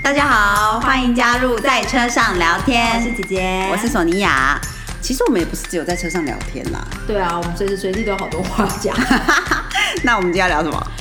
大家好，欢迎加入在车上聊天。 我是姐姐， 我是索尼娅。其实我们也不是只有在车上聊天啦。 对啊，我们随时随地都有好多话讲。 那我们今天要聊什么？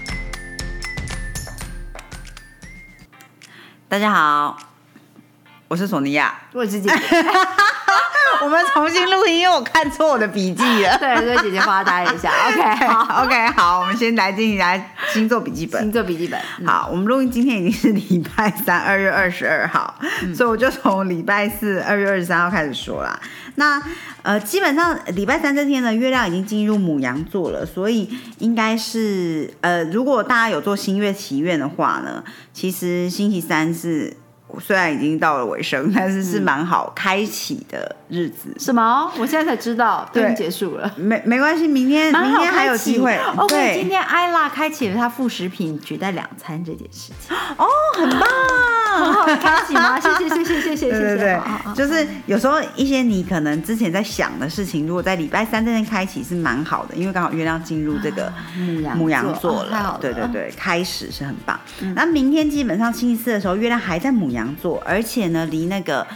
大家好，我是索尼娅， 我是姐姐。 我们重新录音，因为我看错我的笔记了。 对，所以姐姐发呆一下。OK， 好 ，OK， 好，我们先来进行来星座笔记本。 星座笔记本。 好，我们录音今天已经是礼拜三，2月22号，所以我就从礼拜四2月23号开始说啦。那基本上礼拜三这天呢，月亮已经进入牡羊座了，所以应该是如果大家有做新月祈愿的话呢，其实星期三是。虽然已经到了尾声，但是是蛮好开启的日子。 什么？我现在才知道，都已经结束了。 没关系，明天还有机会。 OK， 今天艾拉开启了她副食品取代2餐这件事情。 哦，很棒， 很好开启吗？谢谢。 对，就是有时候一些你可能之前在想的事情，如果在礼拜三这天开启是蛮好的，因为刚好月亮进入这个牡羊座了。 太好了。 对，开始是很棒。那明天基本上星期四的时候，月亮还在牡羊座，而且呢，离那个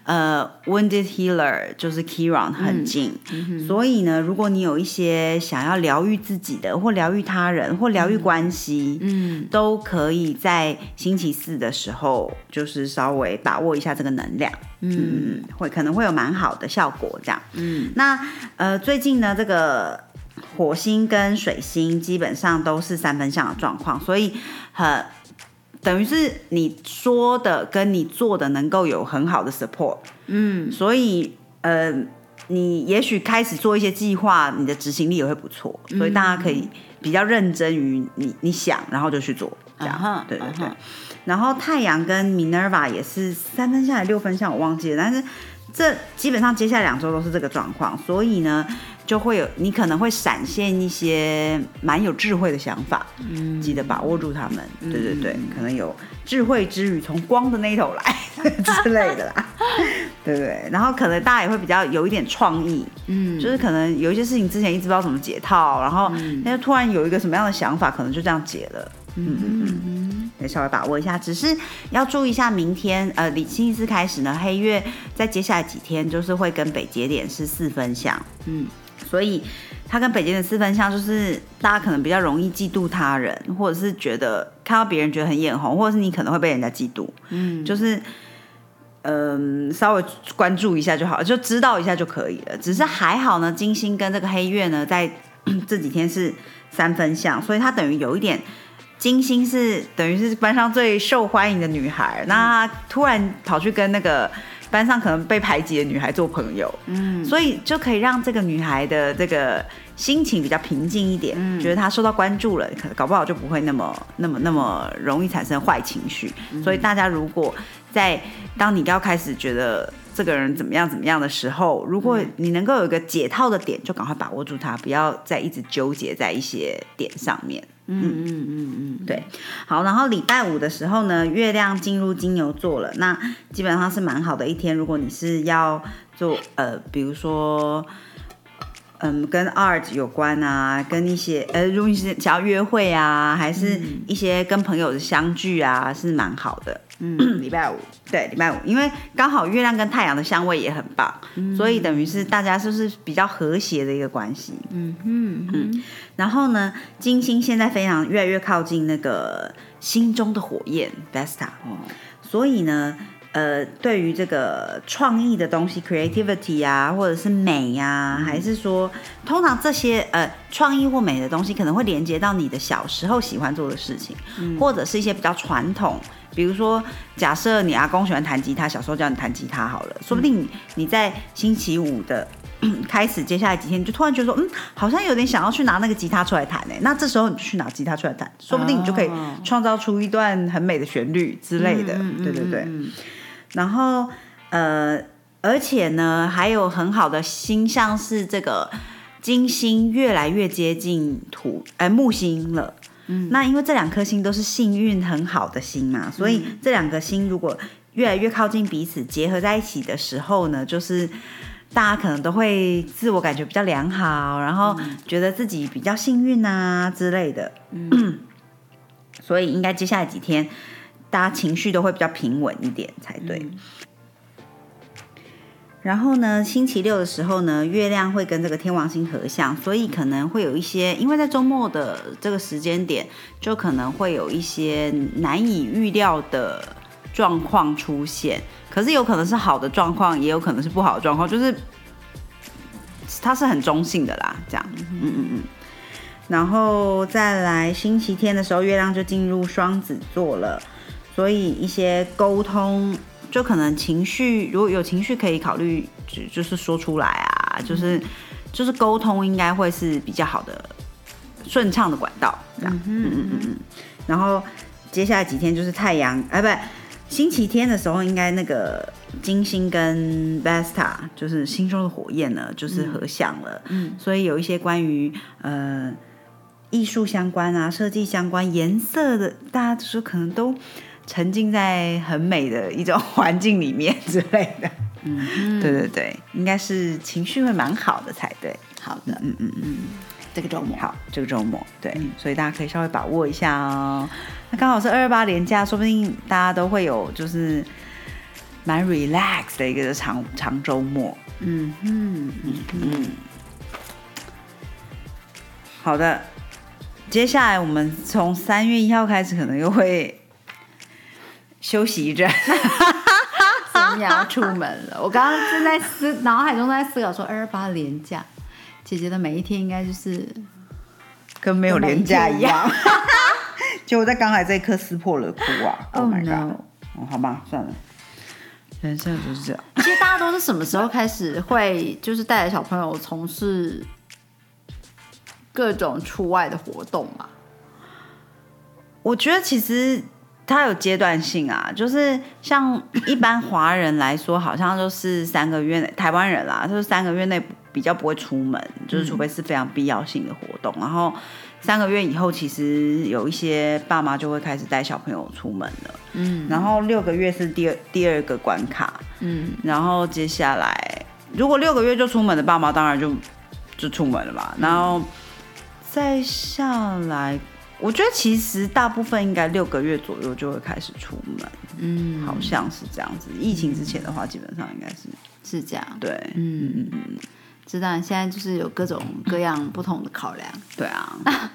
Wounded Healer 就是 Chiron 很近，所以呢，如果你有一些想要疗愈自己的，或疗愈他人，或疗愈关系，都可以在星期四的时候，就是稍微把握一下这个能量，可能会有蛮好的效果，这样，那最近呢，这个火星跟水星基本上都是3分相的状况，所以等于是你说的跟你做的能够有很好的 support，所以你也许开始做一些计划，你的执行力也会不错，所以大家可以比较认真于你想，然后就去做，这样，对。然后太阳跟 Minerva 也是3分相还是6分相，我忘记了，但是这基本上接下来2周都是这个状况，所以呢，就会有你可能会闪现一些蛮有智慧的想法，记得把握住他们，对，可能有智慧之语从光的那一头来之类的啦，对，然后可能大家也会比较有一点创意，就是可能有一些事情之前一直不知道怎么解套，然后那就突然有一个什么样的想法，可能就这样解了，得稍微把握一下，只是要注意一下，明天星期四开始呢，黑月在接下来几天就是会跟北节点是4分相，所以它跟北节点4分相，就是大家可能比较容易嫉妒他人，或者是觉得看到别人觉得很眼红，或者是你可能会被人家嫉妒，就是稍微关注一下就好了，就知道一下就可以了。只是还好呢，金星跟这个黑月呢，在这几天是3分相，所以它等于有一点。金星是等于是班上最受欢迎的女孩，那她突然跑去跟那个班上可能被排挤的女孩做朋友，所以就可以让这个女孩的这个心情比较平静一点，觉得她受到关注了，搞不好就不会那么容易产生坏情绪。所以大家如果当你要开始觉得这个人怎么样的时候，如果你能够有一个解套的点，就赶快把握住它，不要再一直纠结在一些点上面。对，好，然后礼拜五的时候呢，月亮进入金牛座了，那基本上是蛮好的一天。如果你是要做比如说跟 art 有关啊，跟一些如果你是想要约会啊，还是一些跟朋友的相聚啊，是蛮好的。礼拜五，对，礼拜五，因为刚好月亮跟太阳的相位也很棒，所以等于是大家就是比较和谐的一个关系。然后呢，金星现在越来越靠近那个心中的火焰 Vesta，所以呢，对于这个创意的东西 creativity 啊，或者是美啊，还是说通常这些创意或美的东西可能会连接到你的小时候喜欢做的事情，或者是一些比较传统，比如说假设你阿公喜欢弹吉他，小时候教你弹吉他好了，说不定你在星期五的开始接下来几天，你就突然觉得说好像有点想要去拿那个吉他出来弹，那这时候你就去拿吉他出来弹，说不定你就可以创造出一段很美的旋律之类的，对。然后而且呢，还有很好的星象是这个金星越来越接近木星了。那因为这2颗星都是幸运很好的星嘛，所以这2个星如果越来越靠近彼此，结合在一起的时候呢，就是大家可能都会自我感觉比较良好，然后觉得自己比较幸运啊之类的。所以应该接下来几天大家情绪都会比较平稳一点才对。然后呢，星期六的时候呢，月亮会跟这个天王星合相，所以可能会有一些，因为在周末的这个时间点，就可能会有一些难以预料的状况出现。可是有可能是好的状况，也有可能是不好的状况，就是它是很中性的啦，这样。然后再来星期天的时候，月亮就进入双子座了，所以一些沟通。就可能情绪，如果有情绪可以考虑，就是说出来啊，就是沟通应该会是比较好的、顺畅的管道，这样。然后接下来几天就是太阳，星期天的时候，应该那个金星跟 Vesta 就是心中的火焰呢，就是合相了。所以有一些关于艺术相关啊、设计相关、颜色的，大家就是可能都沉浸在很美的一种环境里面之类的。对，应该是情绪会蛮好的才对。 好的，这个周末好，这个周末对，所以大家可以稍微把握一下哦。那刚好是228连假，说不定大家都会有就是蛮 relax 的一个长周末。好的，接下来我们从3月1号开始，可能又会休息一阵。 你要出门了。我刚刚正在脑海中在思考说228连假，姐姐的每一天应该就是跟没有连假一样。结果在刚才这一刻撕破了哭啊 ！Oh my god！好吧，算了，人生就是这样。 其实大家都是什么时候开始会就是带着小朋友从事各种出外的活动嘛？ 我觉得其实它有阶段性啊，就是像一般华人来说，好像就是3个月内，台湾人啦，就是3个月内比较不会出门，就是除非是非常必要性的活动。然后3个月以后，其实有一些爸妈就会开始带小朋友出门了。然后6个月是第二个关卡。然后接下来，如果6个月就出门的爸妈，当然就出门了嘛。然后再下来，我觉得其实大部分应该6个月左右就会开始出门。好像是这样子。疫情之前的话，基本上应该是这样。 对， 知道现在就是有各种各样不同的考量。 对啊，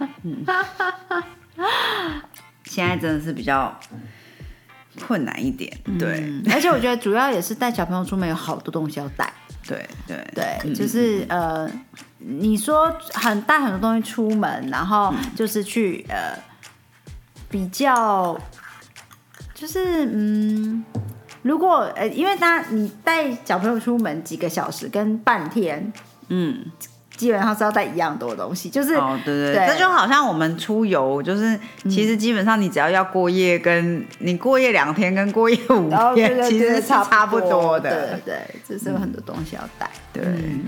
现在真的是比较困难一点。对， 而且我觉得主要也是带小朋友出门有好多东西要带。对，就是你说带很多东西出门，然后就是去比较，就是如果因为你带小朋友出门几个小时跟半天，基本上是要带一样多的东西，就是对，这就好像我们出游，就是其实基本上你只要过夜，跟你过夜2天跟过夜5天，其实是差不多的。 对，就是有很多东西要带。 对，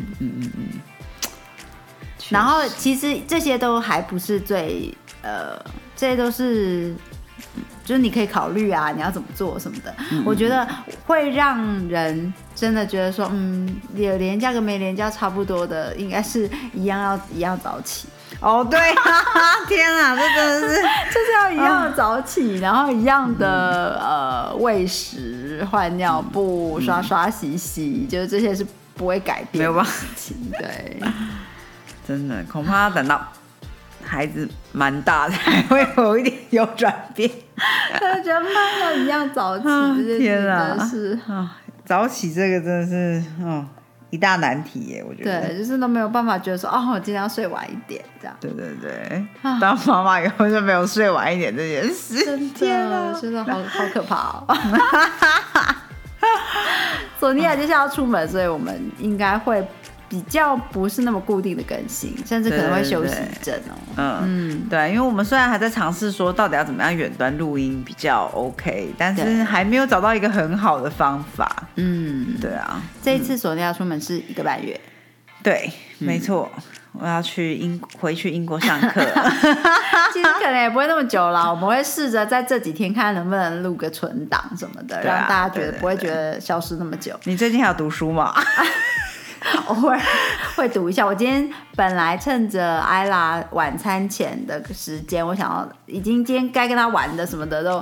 然后其实这些都还不是最这些都是。就是你可以考虑啊，你要怎么做什么的。我觉得会让人真的觉得说，有连假跟没连假差不多的，应该是一样早起。 对啊，天啊，这真的是就是要一样的早起，然后一样的喂食、换尿布、刷洗洗，就是这些是不会改变的， 没有办法。 对， 真的恐怕要等到孩子蛮大才会有转变。 他觉得妈要一样早起， 天啊， 是早起这个真的是一大难题耶，我觉得。 对，就是都没有办法觉得说我今天要睡晚一点这样。 对，当妈妈以后就没有睡晚一点这件事。 真的，真的好可怕哦。索尼娅接下来要出门，所以我们应该会比较不是那么固定的更新，甚至可能会休息一阵哦。 对，因为我们虽然还在尝试说到底要怎么样远端录音比较 OK， 但是还没有找到一个很好的方法。对啊， 这一次索尼娅出门是1个半月。 对，没错，我要回去英国上课。 其实可能也不会那么久啦，我们会试着在这几天看能不能录个存档什么的，让大家觉得不会觉得消失那么久。 你最近还有读书吗？ 偶尔会读一下。我今天本来趁着艾拉晚餐前的时间，我想要今天该跟他玩的什么的都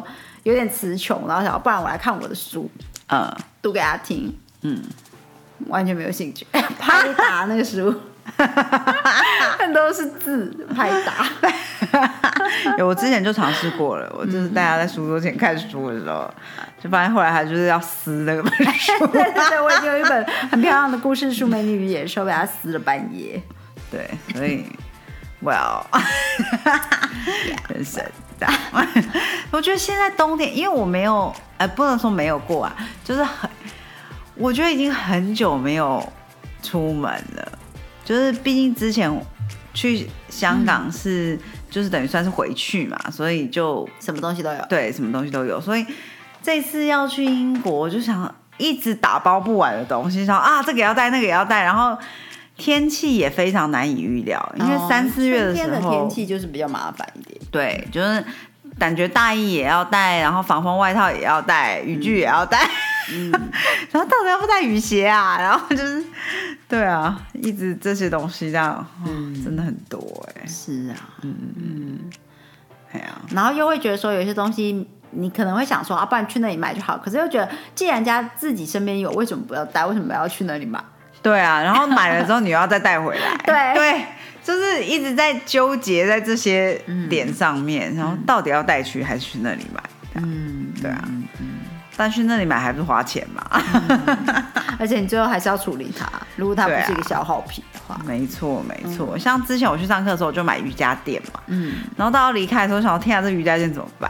有点词穷，然后想不然我来看我的书，读给他听，完全没有兴趣。拍打那个书，很多是字拍打。 我之前就尝试过了，我就是大家在书桌前看书的时候，就发现后来他就是要撕那个本书。 对，我已经有一本很漂亮的故事书《美女与野兽》，被他撕了半页。 对，所以 ，well， 真神的。我觉得现在冬天，因为我没有，不能说没有过啊，就是我觉得已经很久没有出门了，就是毕竟之前去香港是。就是等于算是回去嘛，所以就什么东西都有。 对，什么东西都有。所以这次要去英国，我就想一直打包不完的东西，想这个也要带，那个也要带。然后天气也非常难以预料，因为3、4月的时候， 春天的天气就是比较麻烦一点。 对，就是感觉大衣也要带，然后防风外套也要带，雨具也要带。然后到底要不带雨鞋啊？然后就是，对啊，一直这些东西这样，真的很多是啊， 哎呀， 然后又会觉得说有些东西你可能会想说不然去那里买就好。可是又觉得既然家自己身边有，为什么不要带？为什么要去那里买？ 对啊，然后买了之后你又要再带回来。对，就是一直在纠结在这些点上面，然后到底要带去还是去那里买？对啊。但去那里买还不是花钱嘛？ 而且你最后还是要处理它，如果它不是一个消耗品的话。 没错。像之前我去上课的时候，我就买瑜伽垫嘛，然后到要离开的时候，想天啊，这瑜伽垫怎么办？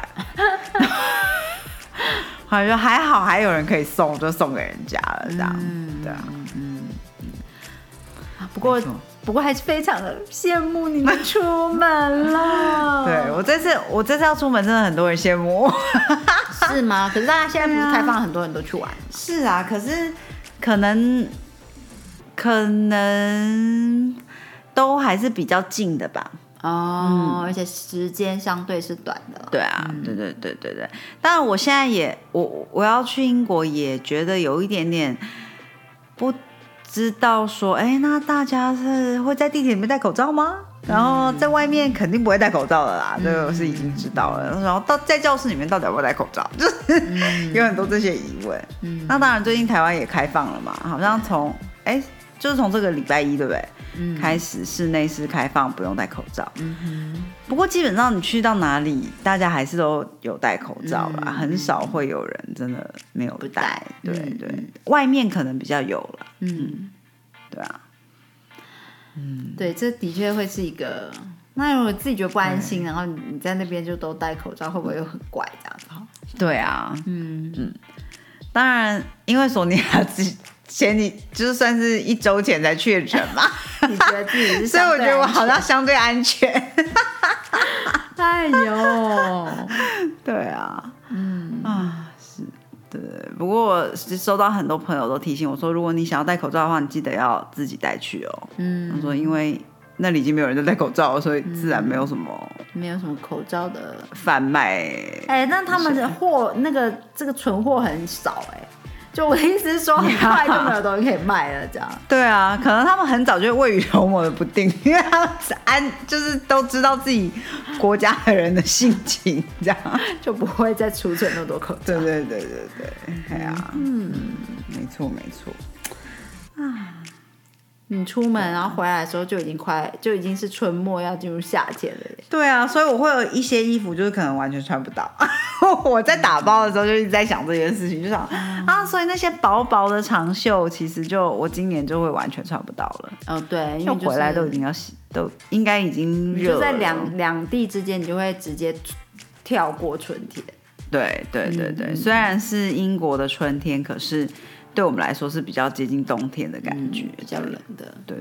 后来就还好，还有人可以送，就送给人家了，这样，对啊， 不过还是非常的羡慕你们出门了。 对，我这次要出门，真的很多人羡慕。 是吗？可是大家现在不是开放，很多人都去玩。 是啊，可是可能都还是比较近的吧。 而且时间相对是短的。 对啊，对。当然，我现在我要去英国，也觉得有一点点不知道说，那大家是会在地铁里面戴口罩吗？然后在外面肯定不会戴口罩的啦，这个我是已经知道了。然后在教室里面到底要不要戴口罩，就是有很多这些疑问。那当然，最近台湾也开放了嘛，好像就是从这个礼拜1，对不对？开始室内是开放，不用戴口罩。不过基本上你去到哪里，大家还是都有戴口罩啦，很少会有人真的没有戴。对，外面可能比较有了。对啊。 对，这的确会是一个。那如果自己觉得不安心，然后你在那边就都戴口罩，会不会又很怪这样子？ 对啊，当然，因为索尼娅前你就是算是1周前才确诊嘛， 你觉得自己是所以我觉得我好像相对安全。 哎呦， 对啊，是。对，不过我收到很多朋友都提醒我说，如果你想要戴口罩的话，你记得要自己带去哦。他说因为那里已经没有人在戴口罩了，所以自然没有什么口罩的贩卖。 那他们的这个存货很少就我的意思是说，很快就没有东西可以卖了，这样。 对啊，可能他们很早就未雨绸缪的不定，因为他们就是都知道自己国家的人的性情，这样就不会再储存那么多口罩。 对，没错你出门然后回来的时候就已经是春末要进入夏天了耶。 对啊，所以我会有一些衣服就是可能完全穿不到。我在打包的时候就一直在想这件事情，就想所以那些薄薄的长袖其实我今年就会完全穿不到了。 对，因为回来都已经都应该已经热了， 就在两地之间，你就会直接跳过春天。 对，虽然是英国的春天，可是对我们来说是比较接近冬天的感觉， 比较冷的。 对，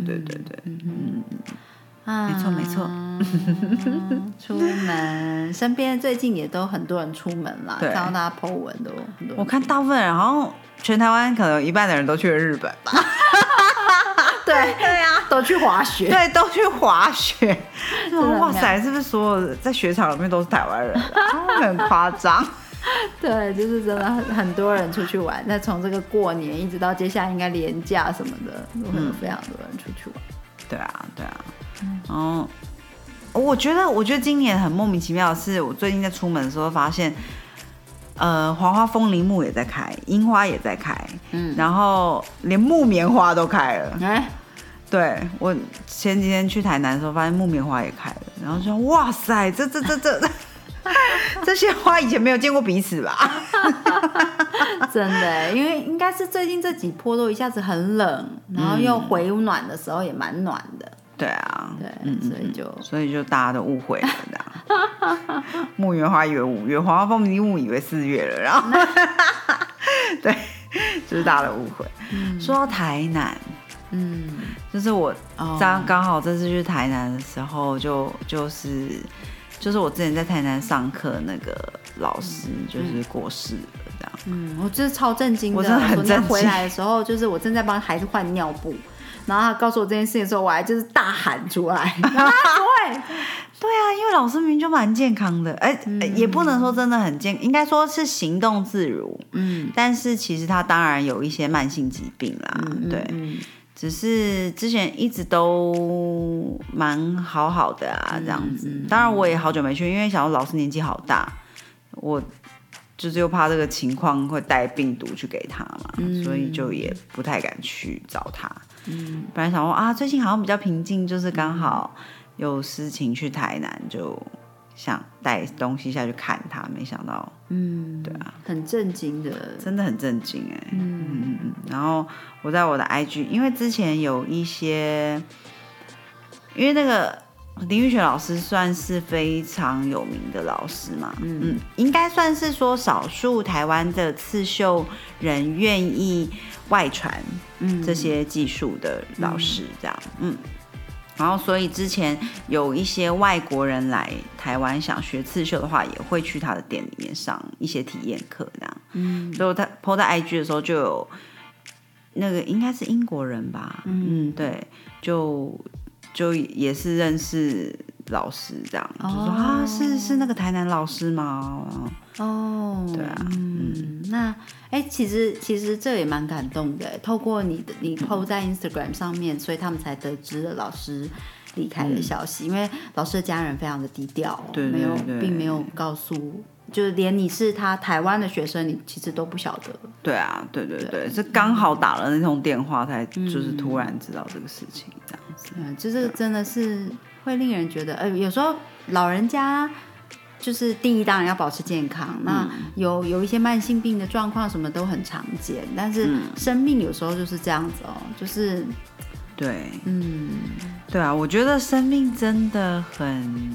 没错。 出门，身边最近也都很多人出门啦，看到大家 po 文都很多。 我看大部分人，好像全台湾可能有一半的人都去了日本吧。 对啊，都去滑雪。 对，都去滑雪。哇塞，是不是所有在雪场里面都是台湾人？很夸张。 对，就是真的很多人出去玩。那从这个过年一直到接下来应该连假什么的，都会有非常多人出去玩。 对啊。我觉得今年很莫名其妙的是，我最近在出门的时候发现， 黄花风铃木也在开，樱花也在开，然后连木棉花都开了。对，我前几天去台南的时候，发现木棉花也开了，然后就说哇塞，这些花以前没有见过彼此吧？ 真的，因为应该是最近这几波都一下子很冷，然后又回暖的时候也蛮暖的。 对啊， 对， 所以就大家都误会了这样。木棉花以为5月，黄花风铃木以为4月了，然后对，就是大家的误会。说到台南，就是我刚好这次去台南的时候，就是我之前在台南上课那个老师就是过世了，这样。 我真的超震惊的。 我真的很震惊。 回来的时候，就是我正在帮孩子换尿布，然后他告诉我这件事情的时候，我还就是大喊出来。对啊，因为老师明明就蛮健康的，也不能说真的很健，应该说是行动自如。但是其实他当然有一些慢性疾病啦，对。只是之前一直都蛮好的啊，这样子。当然我也好久没去，因为想说老师年纪好大，我就是又怕这个情况会带病毒去给他嘛，所以就也不太敢去找他。本来想说最近好像比较平静，就是刚好有事情去台南，就想带东西下去看他，没想到，对啊， 很震惊的， 真的很震惊哎。然后我在我的 IG， 因为之前有一些，因为那个林玉雪老师算是非常有名的老师嘛，应该算是说少数台湾的刺绣人愿意外传这些技术的老师，这样，然后所以之前有一些外国人来台湾想学刺绣的话，也会去他的店里面上一些体验课，这样，所以他 po 在 IG 的时候就有那个应该是英国人吧，对，就也是认识老师这样，就说是那个台南老师吗？对啊， 那其实这也蛮感动的，透过你 po 在 Instagram 上面，所以他们才得知了老师离开的消息，因为老师的家人非常的低调， 对， 并没有告诉。就是连你是他台湾的学生，你其实都不晓得。对啊，对，是刚好打了那通电话，才就是突然知道这个事情，这样子。 就是真的是会令人觉得，有时候老人家就是第一当然要保持健康，那有一些慢性病的状况什么都很常见，但是生命有时候就是这样子就是对，对啊，我觉得生命真的很。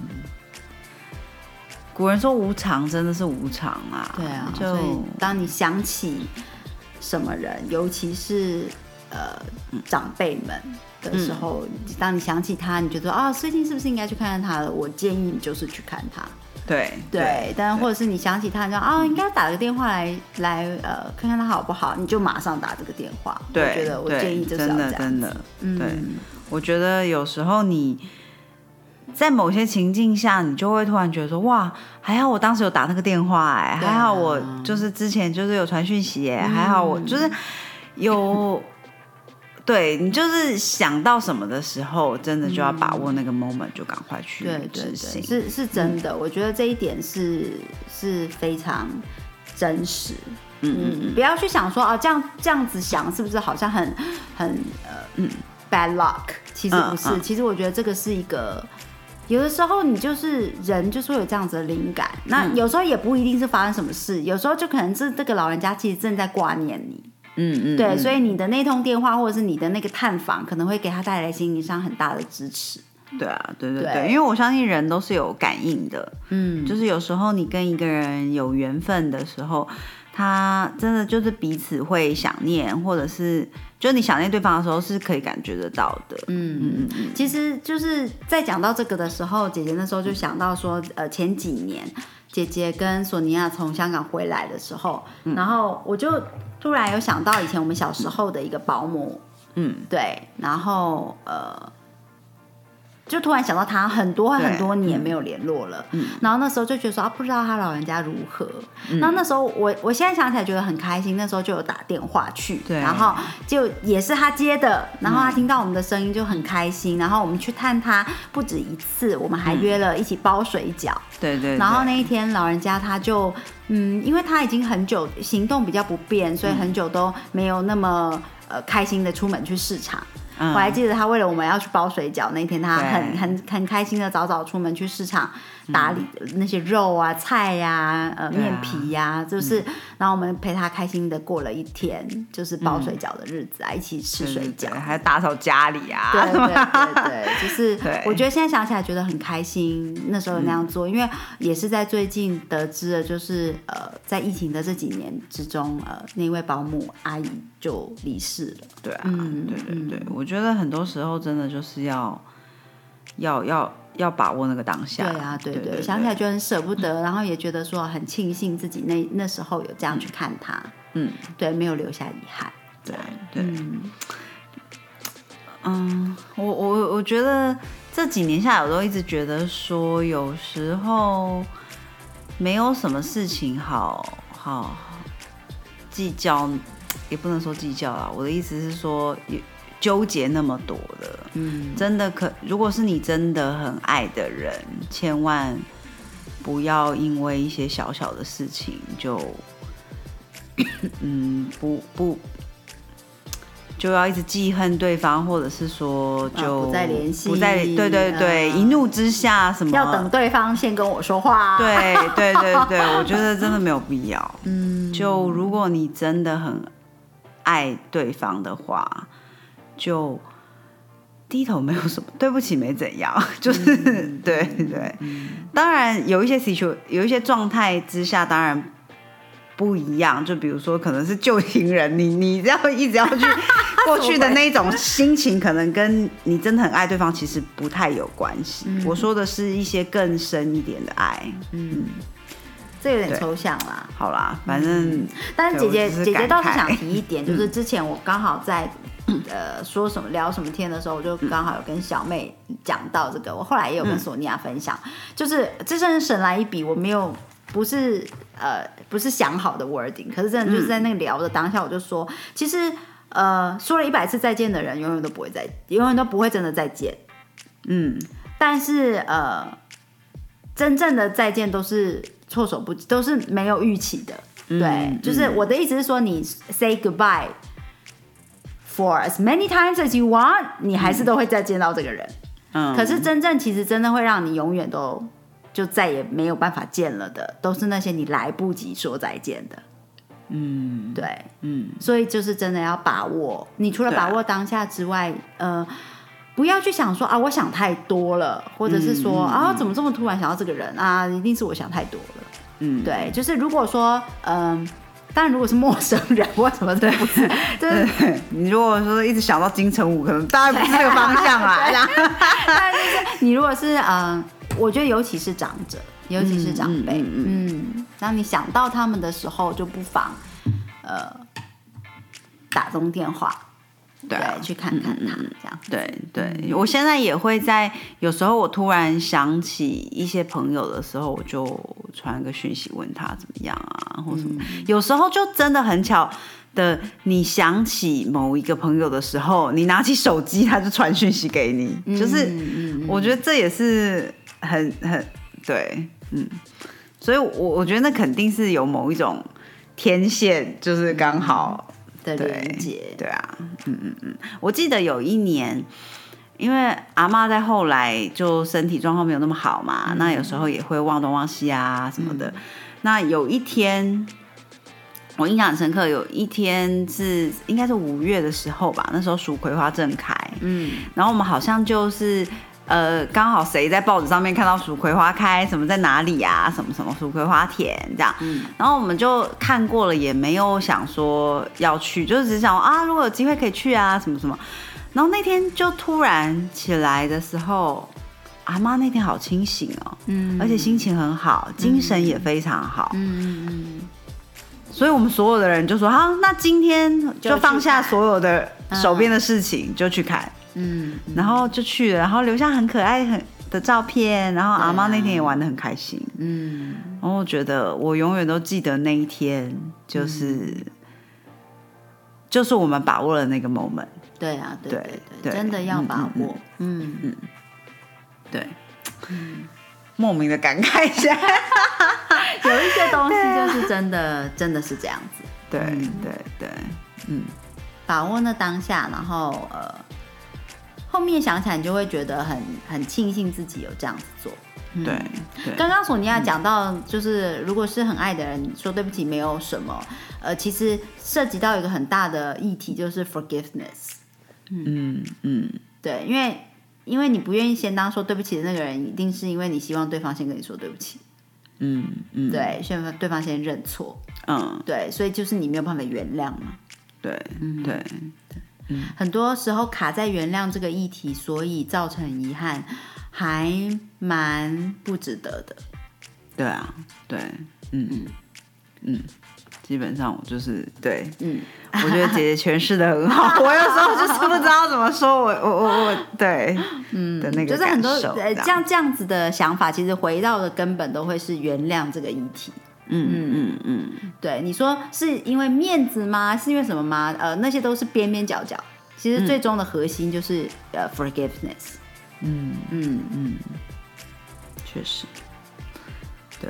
古人说无常，真的是无常啊。 对啊，所以当你想起什么人，尤其是长辈们的时候，当你想起他，你觉得最近是不是应该去看看他了？我建议你就是去看他。对，但或者是你想起他，你说应该打个电话来看看他好不好，你就马上打这个电话。 对， 我觉得我建议就是要这样子。 真的，对，我觉得有时候你。在某些情境下，你就会突然觉得说，哇，还好我当时有打那个电话还好我就是之前就是有传讯息还好我就是有，对，你就是想到什么的时候，真的就要把握那个 moment，就赶快去执行。 对，是真的，我觉得这一点是非常真实。不要去想说这样子想是不是好像很bad luck？ 其实不是，其实我觉得这个是一个。有的时候你就是人就是会有这样子的灵感，那有时候也不一定是发生什么事，有时候就可能是这个老人家其实正在挂念你，对，所以你的那通电话或者是你的那个探访可能会给他带来心理上很大的支持。 对啊，对，因为我相信人都是有感应的，就是有时候你跟一个人有缘分的时候，他真的就是彼此会想念，或者是就你想念对方的时候是可以感觉得到的。 其实就是在讲到这个的时候，姐姐那时候就想到说，前几年姐姐跟索尼娅从香港回来的时候，然后我就突然有想到以前我们小时候的一个保姆，对，然后就突然想到他很多年没有联络了，然后那时候就觉得说不知道他老人家如何。然后那时候我现在想起来觉得很开心，那时候就有打电话去，然后就也是他接的，然后他听到我们的声音就很开心，然后我们去探他不止一次，我们还约了一起包水饺。 对对。 然后那一天老人家他就因为他已经很久行动比较不便，所以很久都没有那么开心的出门去市场。我还记得他为了我们要去包水饺那天，他很开心的早出门去市场打理那些肉啊、菜呀、面皮呀，就是然后我们陪他开心的过了一天，就是包水饺的日子啊，一起吃水饺， 对，还打扫家里啊， 对，就是我觉得现在想起来觉得很开心，那时候那样做，因为也是在最近得知了，就是在疫情的这几年之中，那位保姆阿姨就离世了。 对啊，对，我觉得很多时候真的就是要把握那个当下。 对啊，对，想起来就很舍不得，然后也觉得说很庆幸自己那时候有这样去看他，对，没有留下遗憾。 对，我觉得这几年下来，我都一直觉得说，有时候没有什么事情好计较，也不能说计较啦。我的意思是说，纠结那么多的，真的如果是你真的很爱的人，千万不要因为一些小小的事情就，就要一直记恨对方，或者是说就不再联系， 对，一怒之下什么要等对方先跟我说话， 对，我觉得真的没有必要。就如果你真的很爱对方的话，就低头没有什么，对不起没怎样，就是对。当然有一些状态之下，当然不一样。就比如说，可能是旧情人，你要一直要去过去的那种心情，可能跟你真的很爱对方其实不太有关系。我说的是一些更深一点的爱。 这有点抽象啦。 好啦，反正， 但是姐姐倒是想提一点，就是之前我刚好在说什么聊什么天的时候，我就刚好有跟小妹讲到这个，我后来也有跟索尼娅分享，就是这真的神来一笔，我没有不是想好的 wording， 可是真的就是在那个聊的当下，我就说，其实说了100次再见的人，永远都不会真的再见，但是真正的再见都是措手不及，都是没有预期的。对，就是我的意思是说，你 say goodbye for as many times as you want， 你还是都会再见到这个人。可是其实真的会让你永远都就再也没有办法见了的，都是那些你来不及说再见的。对，所以就是真的要把握。你除了把握当下之外，不要去想说我想太多了，或者是说怎么这么突然想到这个人啊，一定是我想太多了。对，就是如果说当然如果是陌生人或什么的，不是，就是你如果说一直想到金城武，可能当然不是这个方向啦。 但是你如果是我觉得尤其是长者，尤其是长辈，当你想到他们的时候，就不妨打通电话。对，去看看他这样。 对，我现在也会有时候我突然想起一些朋友的时候，我就传个讯息问他怎么样啊，或什么。有时候就真的很巧的，你想起某一个朋友的时候，你拿起手机，他就传讯息给你，就是我觉得这也是很对，所以我觉得那肯定是有某一种天线，就是刚好。 的连结， 对啊，我记得有一年，因为阿嬷在后来就身体状况没有那么好嘛，那有时候也会忘东忘西啊什么的。那有一天，我印象很深刻，有一天应该是5月的时候吧，那时候蜀葵花正开，然后我们好像就是刚好谁在报纸上面看到蜀葵花开，什么在哪里啊，什么什么蜀葵花田这样，然后我们就看过了，也没有想说要去，就是只想如果有机会可以去啊，什么什么。然后那天就突然起来的时候，阿妈那天好清醒哦，而且心情很好，精神也非常好，所以我们所有的人就说好，那今天就放下所有的手边的事情，就去看。 然后就去了，然后留下很可爱的照片，然后阿嬷那天也玩得很开心，然后我觉得我永远都记得那一天，就是我们把握了那个 moment。 对啊，对，真的要把握。 对，莫名的感慨一下， 有一些东西就是真的是这样子。 对， 把握那当下，然后后面想起来，你就会觉得很庆幸自己有这样子做。 对， 刚刚索尼娅讲到，就是如果是很爱的人，说对不起没有什么。其实涉及到一个很大的议题，就是 forgiveness。对，因为你不愿意先当说对不起的那个人，一定是因为你希望对方先跟你说对不起。对，希望对方先认错。对，所以就是你没有办法原谅嘛。 对， 很多时候卡在原谅这个议题，所以造成遗憾，还蛮不值得的。 对啊，对，基本上我就是对，我觉得姐姐诠释的很好。我有时候就是不知道怎么说，我对，的那个就是很多这样子的想法，其实回到的根本都会是原谅这个议题。对，你说是因为面子吗？是因为什么吗？那些都是边边角角，其实最终的核心就是forgiveness。 确实，对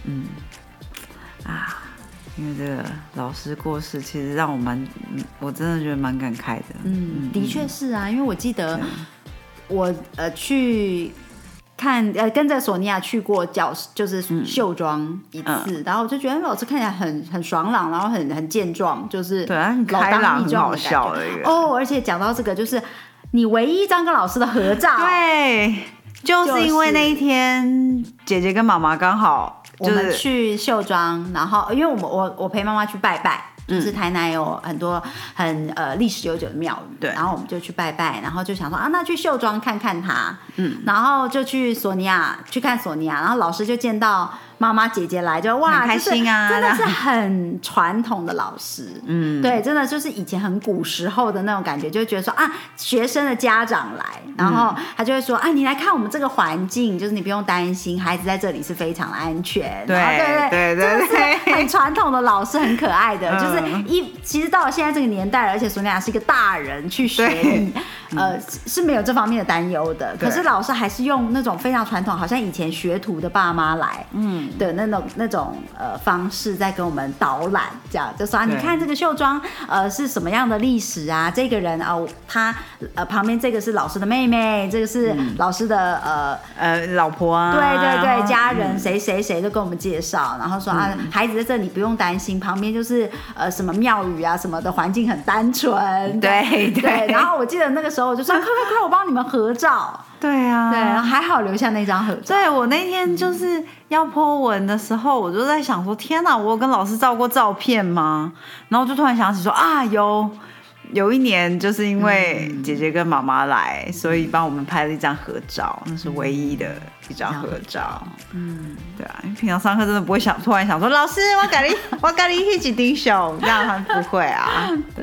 啊，因为这个老师过世，其实让我真的觉得蛮感慨的。 的确是啊，因为我记得我去看跟着索尼娅去过就是秀庄一次，然后我就觉得老师看起来很爽朗，然后很健壮，就是对啊，很开朗，很好笑的一个。 而且讲到这个，就是你唯一一张跟老师的合照， 对，就是因为那一天姐姐跟妈妈刚好我们去秀庄，然后因为我陪妈妈去拜拜。就是台南有很多很历史悠久的庙宇， 对， 然后我们就去拜拜，然后就想说那去秀庄看看她，然后就去索尼娅去看索尼娅，然后老师就见到妈妈姐姐来，就哇很开心啊， 真的是很传统的老师，对，真的就是以前很古时候的那种感觉，就会觉得说学生的家长来，然后他就会说你来看我们这个环境，就是你不用担心，孩子在这里是非常的安全，对，很传统的老师，很可爱的，就是其实到了现在这个年代了，而且索尼娅是一个大人去学艺，是没有这方面的担忧的。可是老师还是用那种非常传统，好像以前学徒的爸妈来，的那种方式在跟我们导览，这样就说你看这个秀庄是什么样的历史啊？这个人他旁边这个是老师的妹妹，这个是老师的老婆啊， 对，家人谁都跟我们介绍，然后说孩子在这里不用担心，旁边就是什么庙宇啊什么的，环境很单纯，对。然后我记得那个时候我就说快，我帮你们合照。 对啊， 对，还好留下那张合照。 对，我那天就是要 po 文的时候，我就在想说，天哪，我有跟老师照过照片吗？然后就突然想起说有一年就是因为姐姐跟妈妈来，所以帮我们拍了一张合照，那是唯一的一张合照。对啊，因为平常上课真的不会突然想说，老师我跟你一起顶手，这样他不会啊。 对，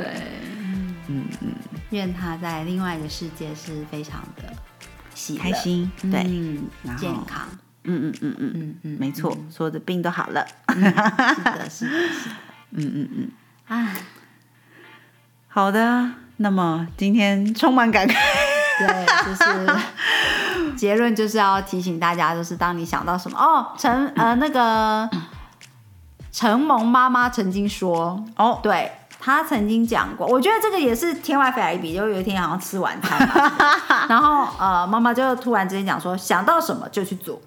愿他在另外一个世界是非常的开心，对， 健康， 没错，所有的病都好了。 是的， 好的，那么今天充满感慨， 对，就是结论就是要提醒大家，就是当你想到什么那个陈萌妈妈曾经说对。他曾经讲过，我觉得这个也是天外飞来一笔，就有一天好像吃晚餐嘛，然后妈妈就突然之间讲说，想到什么就去做，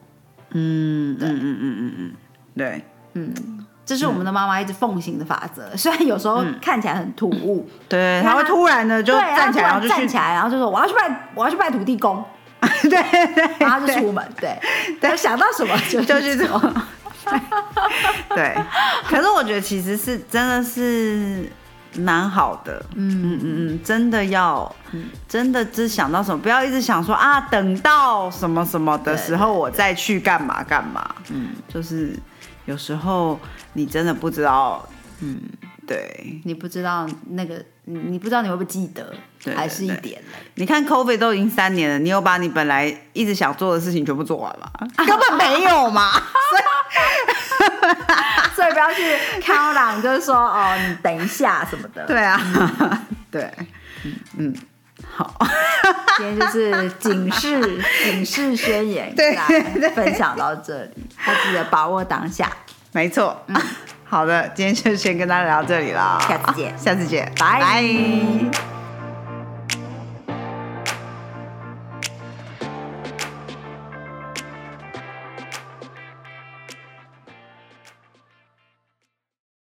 对， 这是我们的妈妈一直奉行的法则，虽然有时候看起来很突兀， 对，他会突然的就站起来， 然后就说我要去拜土地公， 对， 然后就出门，对，想到什么就去做， 对，可是我觉得其实是真的是蛮好的，真的要，真的只想到什么，不要一直想说等到什么什么的时候我再去干嘛干嘛，就是有时候你真的不知道， 对， 你不知道那个，你不知道你会不会记得， 对还是一点嘞。 你看 COVID 都已经3年了，你有把你本来一直想做的事情全部做完吗？根本没有嘛。 所以不要去count down，就是说哦，你等一下什么的。 对啊，对，好， 今天就是警示宣言， 对， 分享到这里，要记得把握当下。 没错，好的，今天就先跟大家聊到这里了， 下次见， 下次见， 拜。 拜。